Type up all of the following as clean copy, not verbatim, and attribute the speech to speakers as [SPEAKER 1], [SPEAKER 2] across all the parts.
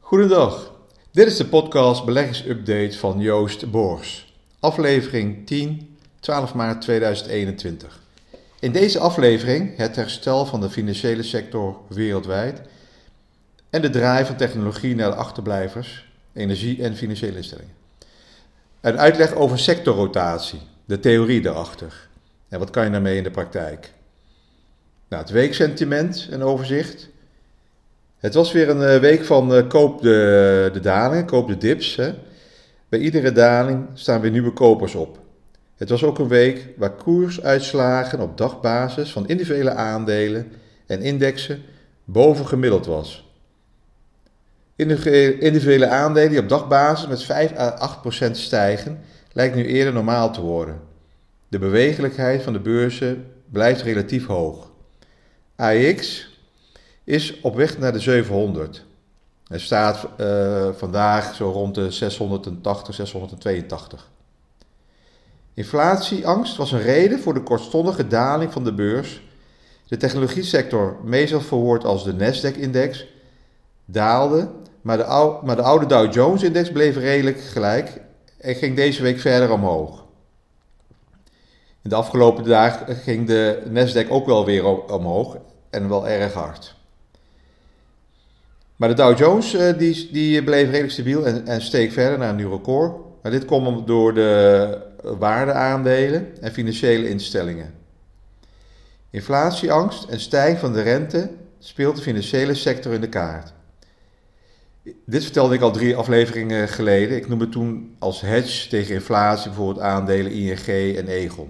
[SPEAKER 1] Goedendag, dit is de podcast Beleggingsupdate van Joost Boors, aflevering 10, 12 maart 2021. In deze aflevering het herstel van de financiële sector wereldwijd en de draai van technologie naar de achterblijvers, energie en financiële instellingen. Een uitleg over sectorrotatie, de theorie daarachter en wat kan je daarmee in de praktijk. Het weeksentiment, een overzicht. Het was weer een week van koop de dalingen, koop de dips. Hè. Bij iedere daling staan weer nieuwe kopers op. Het was ook een week waar koersuitslagen op dagbasis van individuele aandelen en indexen boven gemiddeld was. Individuele aandelen die op dagbasis met 5 à 8% stijgen, lijkt nu eerder normaal te worden. De bewegelijkheid van de beurzen blijft relatief hoog. AEX is op weg naar de 700. Het staat vandaag zo rond de 680, 682. Inflatieangst was een reden voor de kortstondige daling van de beurs. De technologiesector, meestal verwoord als de Nasdaq-index, daalde, maar de oude Dow Jones-index bleef redelijk gelijk en ging deze week verder omhoog. In de afgelopen dagen ging de Nasdaq ook wel weer omhoog en wel erg hard. Maar de Dow Jones die bleef redelijk stabiel en steeg verder naar een nieuw record. Maar dit komt door de waardeaandelen en financiële instellingen. Inflatieangst en stijging van de rente speelt de financiële sector in de kaart. Dit vertelde ik al 3 afleveringen geleden. Ik noemde het toen als hedge tegen inflatie bijvoorbeeld aandelen ING en Aegon.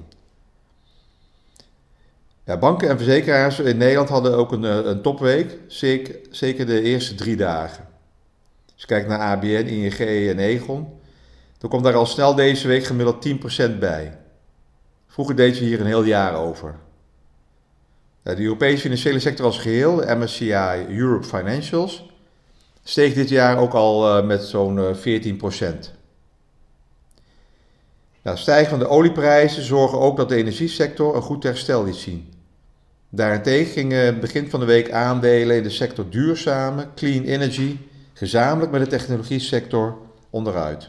[SPEAKER 1] Ja, banken en verzekeraars in Nederland hadden ook een topweek, zeker de eerste 3 dagen. Als je kijkt naar ABN, ING en Aegon, dan komt daar al snel deze week gemiddeld 10% bij. Vroeger deed je hier een heel jaar over. De Europese financiële sector als geheel, de MSCI Europe Financials, steeg dit jaar ook al met zo'n 14%. Stijging van de olieprijzen zorgen ook dat de energiesector een goed herstel liet zien. Daarentegen gingen begin van de week aandelen in de sector duurzame, clean energy, gezamenlijk met de technologiesector onderuit.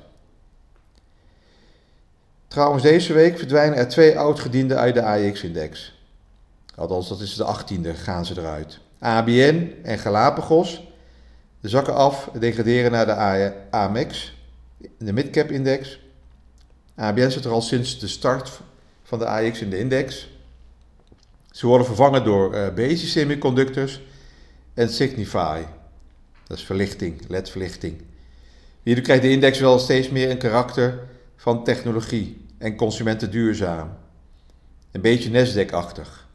[SPEAKER 1] Trouwens, deze week verdwijnen er 2 oudgedienden uit de AEX-index. Althans, dat is de 18e, gaan ze eruit. ABN en Galapagos zakken af en degraderen naar de AMEX, de midcap-index. ABN zit er al sinds de start van de AEX in de index. Ze worden vervangen door Besi Semiconductors en Signify. Dat is verlichting, LED-verlichting. Hierdoor krijgt de index wel steeds meer een karakter van technologie en consumenten duurzaam. Een beetje Nasdaq-achtig.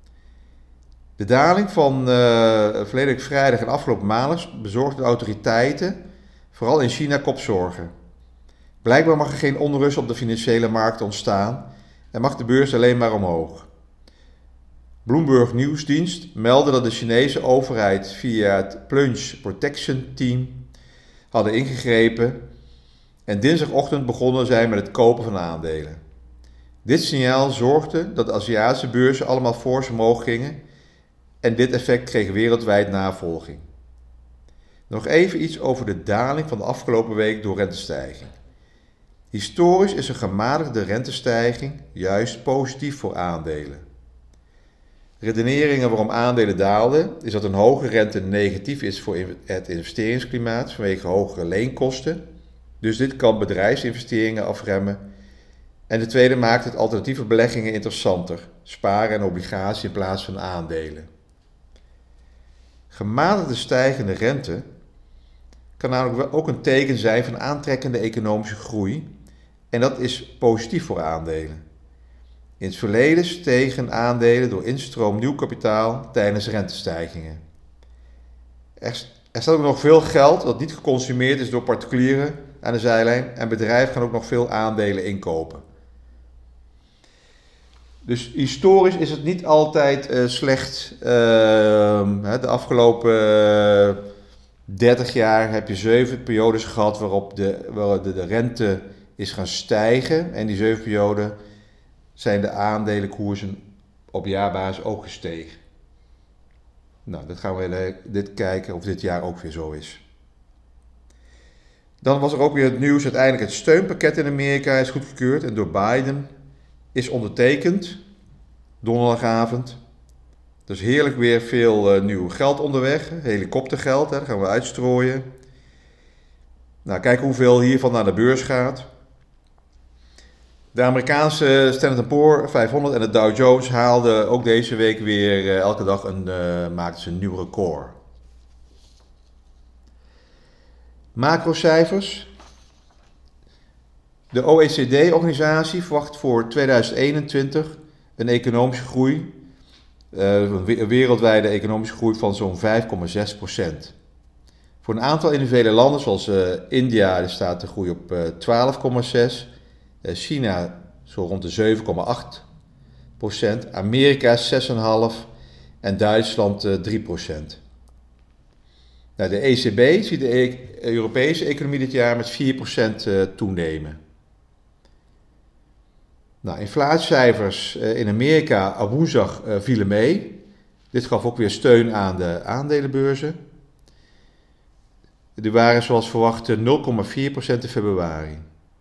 [SPEAKER 1] De daling van verleden vrijdag en afgelopen maandag bezorgde de autoriteiten, vooral in China, kopzorgen. Blijkbaar mag er geen onrust op de financiële markt ontstaan en mag de beurs alleen maar omhoog. Bloomberg Nieuwsdienst meldde dat de Chinese overheid via het Plunge Protection Team hadden ingegrepen en dinsdagochtend begonnen zijn met het kopen van aandelen. Dit signaal zorgde dat de Aziatische beurzen allemaal fors omhoog gingen en dit effect kreeg wereldwijd navolging. Nog even iets over de daling van de afgelopen week door rentestijging. Historisch is een gematigde rentestijging juist positief voor aandelen. Redeneringen waarom aandelen daalden is dat een hoge rente negatief is voor het investeringsklimaat vanwege hogere leenkosten. Dus dit kan bedrijfsinvesteringen afremmen. En de tweede maakt het alternatieve beleggingen interessanter, sparen en obligatie in plaats van aandelen. Gematigde stijgende rente kan namelijk ook een teken zijn van aantrekkende economische groei en dat is positief voor aandelen. In het verleden stegen aandelen door instroom nieuw kapitaal tijdens rentestijgingen. Er staat ook nog veel geld dat niet geconsumeerd is door particulieren aan de zijlijn en bedrijven gaan ook nog veel aandelen inkopen. Dus historisch is het niet altijd slecht. De afgelopen 30 jaar heb je 7 periodes gehad waarop de rente is gaan stijgen. En die 7 perioden zijn de aandelenkoersen op jaarbasis ook gestegen. Nou, dat gaan we dit kijken of dit jaar ook weer zo is. Dan was er ook weer het nieuws, uiteindelijk het steunpakket in Amerika is goedgekeurd en door Biden is ondertekend, donderdagavond. Dus heerlijk weer veel nieuw geld onderweg, helikoptergeld, dat gaan we uitstrooien. Nou, kijk hoeveel hiervan naar de beurs gaat. De Amerikaanse Standard & Poor's 500 en de Dow Jones haalden ook deze week weer elke dag maakten ze een nieuw record. Macrocijfers. De OECD-organisatie verwacht voor 2021 een economische groei, een wereldwijde economische groei van zo'n 5,6%. Voor een aantal individuele landen zoals India staat de groei op 12,6%, China zo rond de 7,8%, Amerika 6,5% en Duitsland 3%. Nou, de ECB ziet de Europese economie dit jaar met 4% toenemen. Nou, inflatiecijfers in Amerika woensdag vielen mee. Dit gaf ook weer steun aan de aandelenbeurzen. Die waren zoals verwacht 0,4% in februari.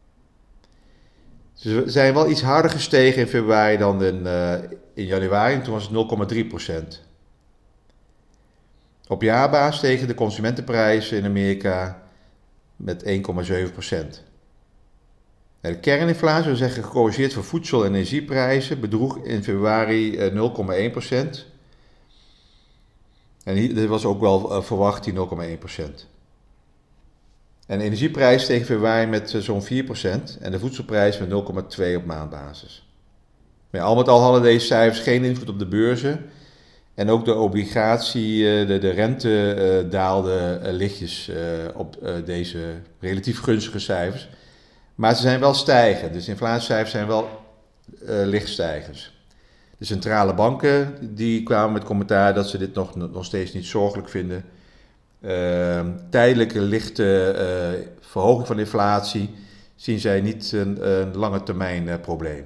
[SPEAKER 1] Ze zijn wel iets harder gestegen in februari dan in januari, en toen was het 0,3%. Op jaarbasis stegen de consumentenprijzen in Amerika met 1,7%. De kerninflatie, we zeggen gecorrigeerd voor voedsel- en energieprijzen, bedroeg in februari 0,1%. En dit was ook wel verwacht, die 0,1%. En de energieprijs steeg in februari met zo'n 4% en de voedselprijs met 0,2% op maandbasis. Maar al met al hadden deze cijfers geen invloed op de beurzen. En ook de obligatie, de rente daalde lichtjes op deze relatief gunstige cijfers. Maar ze zijn wel stijgend, dus de inflatiecijfers zijn wel lichtstijgers. De centrale banken die kwamen met commentaar dat ze dit nog steeds niet zorgelijk vinden. Tijdelijke lichte verhoging van de inflatie zien zij niet een lange termijn probleem.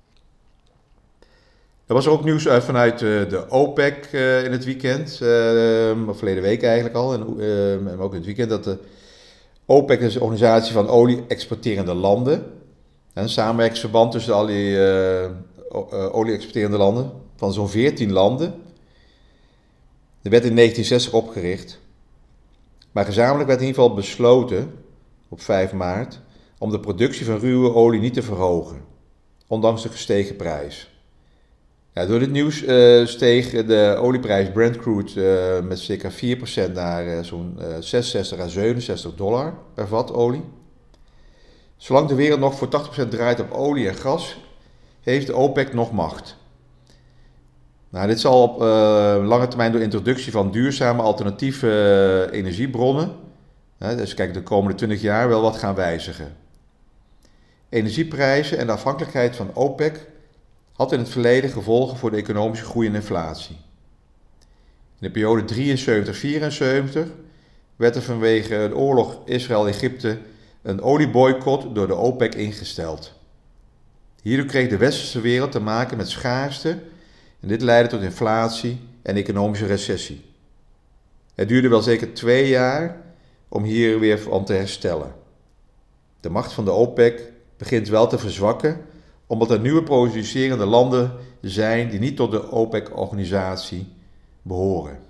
[SPEAKER 1] Er was ook nieuws vanuit de OPEC in het weekend, of verleden week eigenlijk al, en ook in het weekend, dat de OPEC is een organisatie van olie-exporterende landen. Een samenwerkingsverband tussen al die olie-exporterende landen van zo'n 14 landen. Die werd in 1960 opgericht. Maar gezamenlijk werd in ieder geval besloten, op 5 maart, om de productie van ruwe olie niet te verhogen, ondanks de gestegen prijs. Ja, door dit nieuws steeg de olieprijs Brent crude met circa 4% naar zo'n 66 à 67 dollar per vat olie. Zolang de wereld nog voor 80% draait op olie en gas, heeft de OPEC nog macht. Nou, dit zal op lange termijn door introductie van duurzame alternatieve energiebronnen, dus kijk, de komende 20 jaar wel wat gaan wijzigen. Energieprijzen en de afhankelijkheid van OPEC had in het verleden gevolgen voor de economische groei en inflatie. In de periode 73-74 werd er vanwege de oorlog Israël-Egypte een olieboycott door de OPEC ingesteld. Hierdoor kreeg de westerse wereld te maken met schaarste en dit leidde tot inflatie en economische recessie. Het duurde wel zeker 2 jaar om hier weer van te herstellen. De macht van de OPEC begint wel te verzwakken, omdat er nieuwe producerende landen zijn die niet tot de OPEC-organisatie behoren.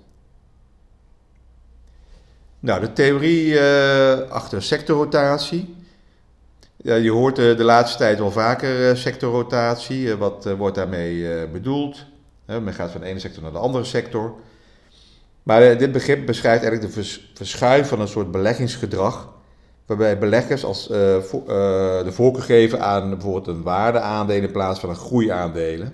[SPEAKER 1] Nou, de theorie achter sectorrotatie. Je hoort de laatste tijd wel vaker sectorrotatie. Wat wordt daarmee bedoeld? Men gaat van de ene sector naar de andere sector. Maar dit begrip beschrijft eigenlijk de verschuiving van een soort beleggingsgedrag, waarbij beleggers de voorkeur geven aan bijvoorbeeld een waardeaandeel in plaats van een groeiaandelen.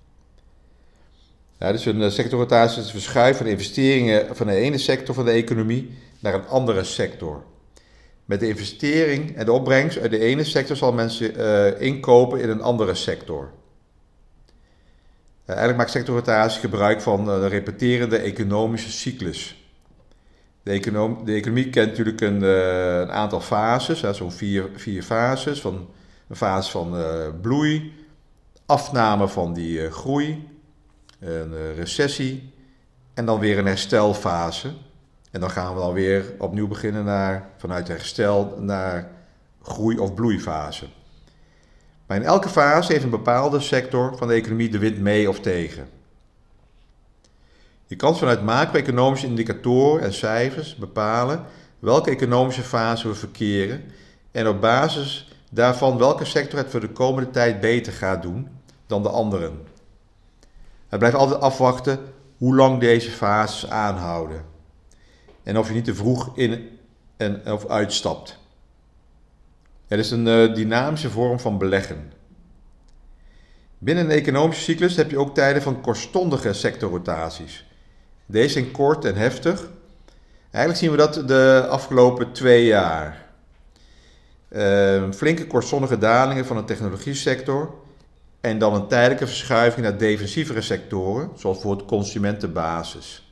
[SPEAKER 1] Ja, dus een sectorrotatie is het verschuiven van investeringen van de ene sector van de economie naar een andere sector. Met de investering en de opbrengst uit de ene sector zal mensen inkopen in een andere sector. Eigenlijk maakt sectorrotatie gebruik van een repeterende economische cyclus. De economie kent natuurlijk een aantal fases, zo'n 4 fases. Een fase van bloei, afname van die groei, een recessie en dan weer een herstelfase. En dan gaan we dan weer opnieuw beginnen vanuit herstel naar groei- of bloeifase. Maar in elke fase heeft een bepaalde sector van de economie de wind mee of tegen. Je kan vanuit macro-economische indicatoren en cijfers bepalen welke economische fase we verkeren en op basis daarvan welke sector het voor de komende tijd beter gaat doen dan de anderen. Het blijft altijd afwachten hoe lang deze fases aanhouden en of je niet te vroeg in of uitstapt. Het is een dynamische vorm van beleggen. Binnen een economische cyclus heb je ook tijden van kortstondige sectorrotaties. Deze zijn kort en heftig. Eigenlijk zien we dat de afgelopen 2 jaar. Flinke kortstondige dalingen van de technologiesector en dan een tijdelijke verschuiving naar defensievere sectoren, zoals bijvoorbeeld consumentenbasis.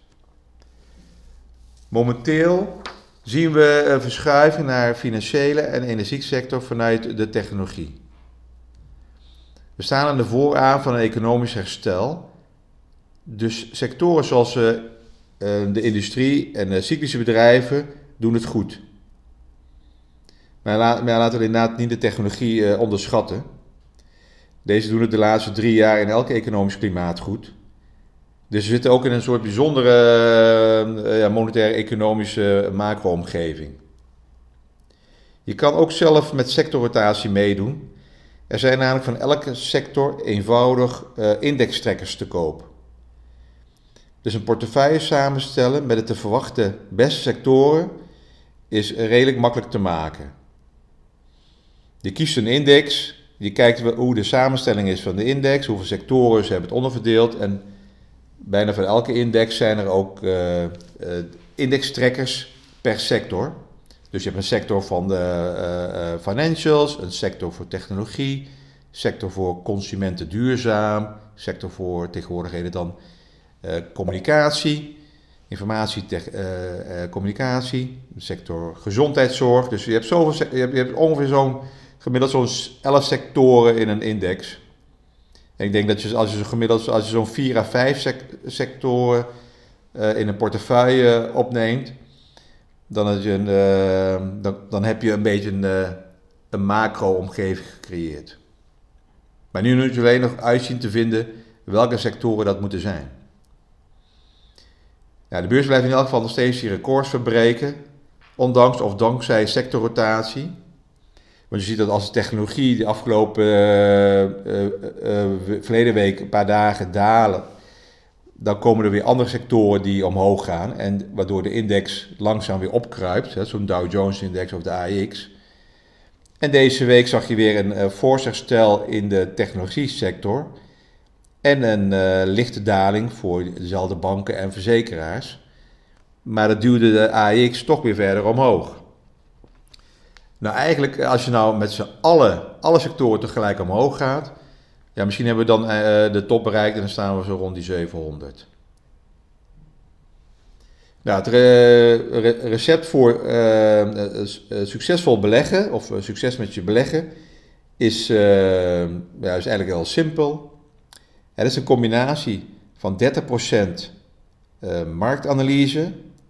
[SPEAKER 1] Momenteel zien we een verschuiving naar financiële en energiesector vanuit de technologie. We staan aan de vooraan van een economisch herstel. Dus sectoren zoals de industrie en de cyclische bedrijven doen het goed. Maar laten we inderdaad niet de technologie onderschatten. Deze doen het de laatste 3 jaar in elk economisch klimaat goed. Dus we zitten ook in een soort bijzondere monetaire economische macro-omgeving. Je kan ook zelf met sectorrotatie meedoen. Er zijn namelijk van elke sector eenvoudig indextrekkers te koop. Dus een portefeuille samenstellen met de te verwachten beste sectoren is redelijk makkelijk te maken. Je kiest een index, je kijkt hoe de samenstelling is van de index, hoeveel sectoren ze hebben het onderverdeeld en bijna van elke index zijn er ook indextrekkers per sector. Dus je hebt een sector van de financials, een sector voor technologie, sector voor consumenten duurzaam, sector voor tegenwoordigheden dan communicatie, communicatie, sector gezondheidszorg. Dus je hebt ongeveer gemiddeld zo'n 11 sectoren in een index. En ik denk dat als je zo'n 4 à 5 sectoren in een portefeuille opneemt, dan heb je een beetje een macro-omgeving gecreëerd. Maar nu moet je alleen nog uitzien te vinden welke sectoren dat moeten zijn. De beurs blijft in elk geval nog steeds die records verbreken, ondanks of dankzij sectorrotatie. Want je ziet dat als de technologie de afgelopen verleden week een paar dagen dalen, dan komen er weer andere sectoren die omhoog gaan, en waardoor de index langzaam weer opkruipt, zo'n Dow Jones index of de AEX. En deze week zag je weer een fors herstel in de technologiesector en een lichte daling voor dezelfde banken en verzekeraars. Maar dat duwde de AEX toch weer verder omhoog. Nou, eigenlijk als je nou met z'n alle sectoren tegelijk omhoog gaat, misschien hebben we dan de top bereikt en dan staan we zo rond die 700. Nou, het recept voor succesvol beleggen of succes met je beleggen is eigenlijk heel simpel. Het is een combinatie van 30% marktanalyse,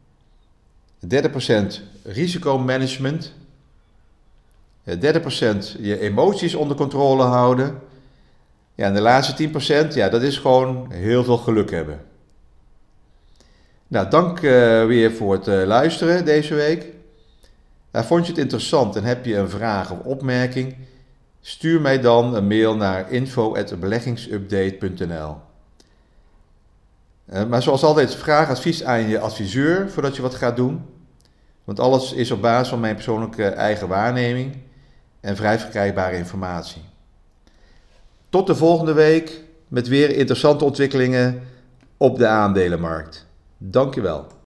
[SPEAKER 1] 30% risicomanagement, 30% je emoties onder controle houden. Ja, en de laatste 10%, dat is gewoon heel veel geluk hebben. Nou, dank weer voor het luisteren deze week. Vond je het interessant en heb je een vraag of opmerking? Stuur mij dan een mail naar info@beleggingsupdate.nl. Maar zoals altijd, vraag advies aan je adviseur voordat je wat gaat doen. Want alles is op basis van mijn persoonlijke eigen waarneming en vrij verkrijgbare informatie. Tot de volgende week met weer interessante ontwikkelingen op de aandelenmarkt. Dankjewel.